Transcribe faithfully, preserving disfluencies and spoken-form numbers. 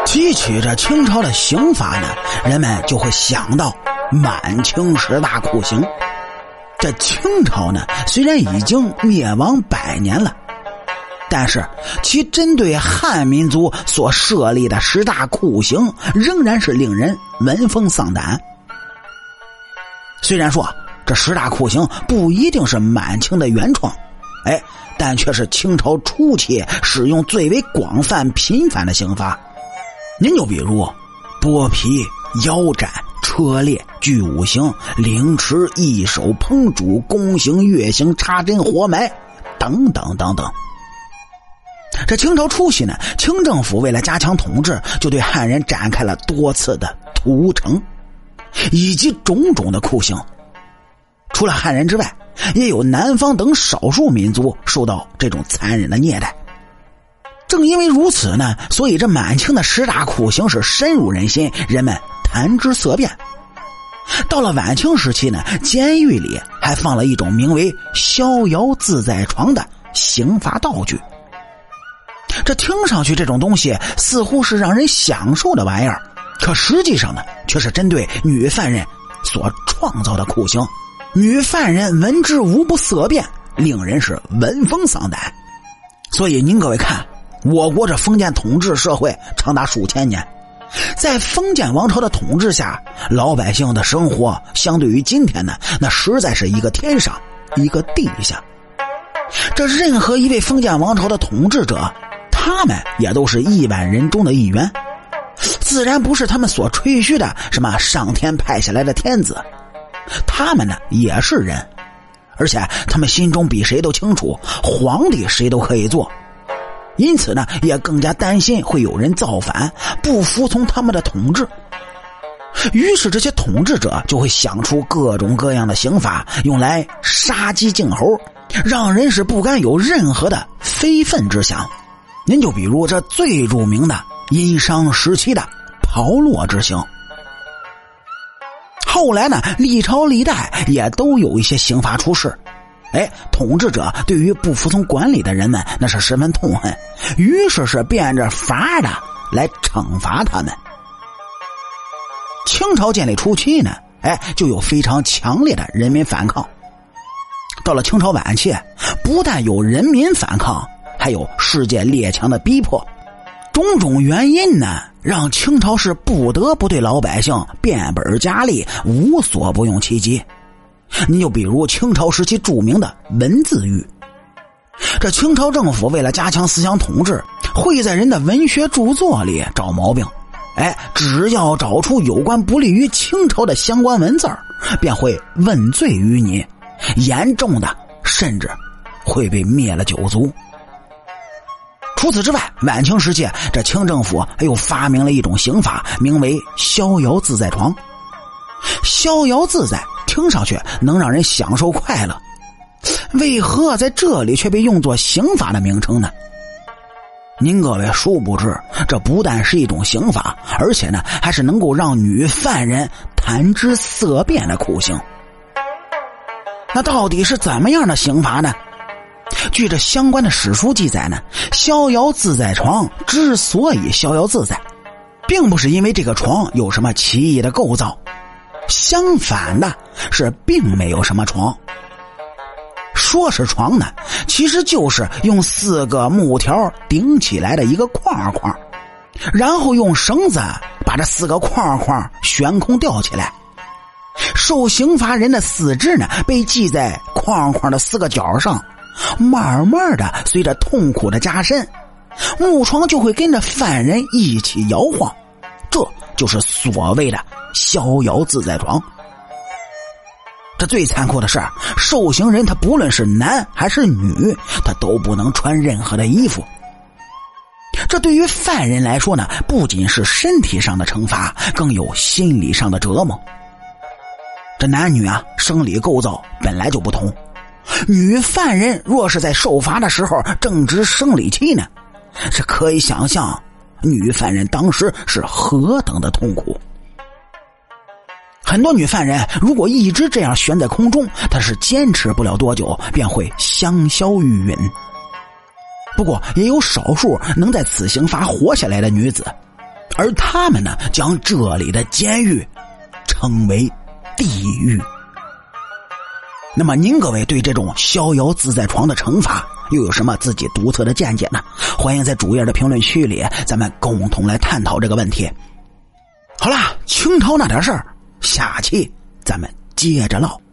提起这清朝的刑法呢，人们就会想到满清十大酷刑。这清朝呢，虽然已经灭亡百年了，但是其针对汉民族所设立的十大酷刑仍然是令人闻风丧胆。虽然说这十大酷刑不一定是满清的原创，哎，但却是清朝初期使用最为广泛频繁的刑罚。您就比如剥皮、腰斩、车裂、锯五刑、凌迟、一手烹煮、宫刑、月刑、插针、活埋等等等等。这清朝初期呢，清政府为了加强统治，就对汉人展开了多次的屠城以及种种的酷刑。除了汉人之外，也有南方等少数民族受到这种残忍的虐待。正因为如此呢，所以这满清的十大酷刑是深入人心，人们谈之色变。到了晚清时期呢，监狱里还放了一种名为逍遥自在床的刑罚道具。这听上去这种东西似乎是让人享受的玩意儿，可实际上呢，却是针对女犯人所创造的酷刑。女犯人闻之无不色变，令人是闻风丧胆。所以您各位看，我国这封建统治社会长达数千年，在封建王朝的统治下，老百姓的生活相对于今天呢，那实在是一个天上一个地下。这任何一位封建王朝的统治者，他们也都是亿万人中的一员，自然不是他们所吹嘘的什么上天派下来的天子。他们呢也是人，而且他们心中比谁都清楚，皇帝谁都可以做，因此呢也更加担心会有人造反，不服从他们的统治。于是这些统治者就会想出各种各样的刑法，用来杀鸡儆猴，让人是不敢有任何的非分之想。您就比如这最著名的殷商时期的炮烙之刑。后来呢，历朝历代也都有一些刑罚出世。哎，统治者对于不服从管理的人们那是十分痛恨，于是是变着法的来惩罚他们。清朝建立初期呢，哎，就有非常强烈的人民反抗。到了清朝晚期，不但有人民反抗，还有世界列强的逼迫。种种原因呢，让清朝是不得不对老百姓变本加厉，无所不用其极。你就比如清朝时期著名的文字狱。这清朝政府为了加强思想统治，会在人的文学著作里找毛病。哎，只要找出有关不利于清朝的相关文字，便会问罪于你，严重的甚至会被灭了九族。除此之外，晚清时期这清政府又发明了一种刑法，名为逍遥自在床。逍遥自在听上去能让人享受快乐，为何在这里却被用作刑法的名称呢？您各位殊不知，这不但是一种刑法，而且呢还是能够让女犯人谈之色变的酷刑。那到底是怎么样的刑罚呢？据这相关的史书记载呢，逍遥自在床之所以逍遥自在，并不是因为这个床有什么奇异的构造，相反的是并没有什么床。说是床呢，其实就是用四个木条顶起来的一个框框，然后用绳子把这四个框框悬空吊起来。受刑罚人的四肢呢，被系在框框的四个角上，慢慢的随着痛苦的加深，木床就会跟着犯人一起摇晃，这就是所谓的逍遥自在床。这最残酷的是，受刑人他不论是男还是女，他都不能穿任何的衣服。这对于犯人来说呢，不仅是身体上的惩罚，更有心理上的折磨。这男女啊，生理构造本来就不同，女犯人若是在受罚的时候正值生理期呢，这可以想象女犯人当时是何等的痛苦。很多女犯人如果一直这样悬在空中，她是坚持不了多久便会香消玉殒。不过也有少数能在此刑罚活下来的女子， 而他们呢，将这里的监狱称为地狱。那么您各位对这种逍遥自在床的惩罚又有什么自己独特的见解呢？欢迎在主页的评论区里咱们共同来探讨这个问题。好啦，清朝那点事儿，下期咱们接着唠。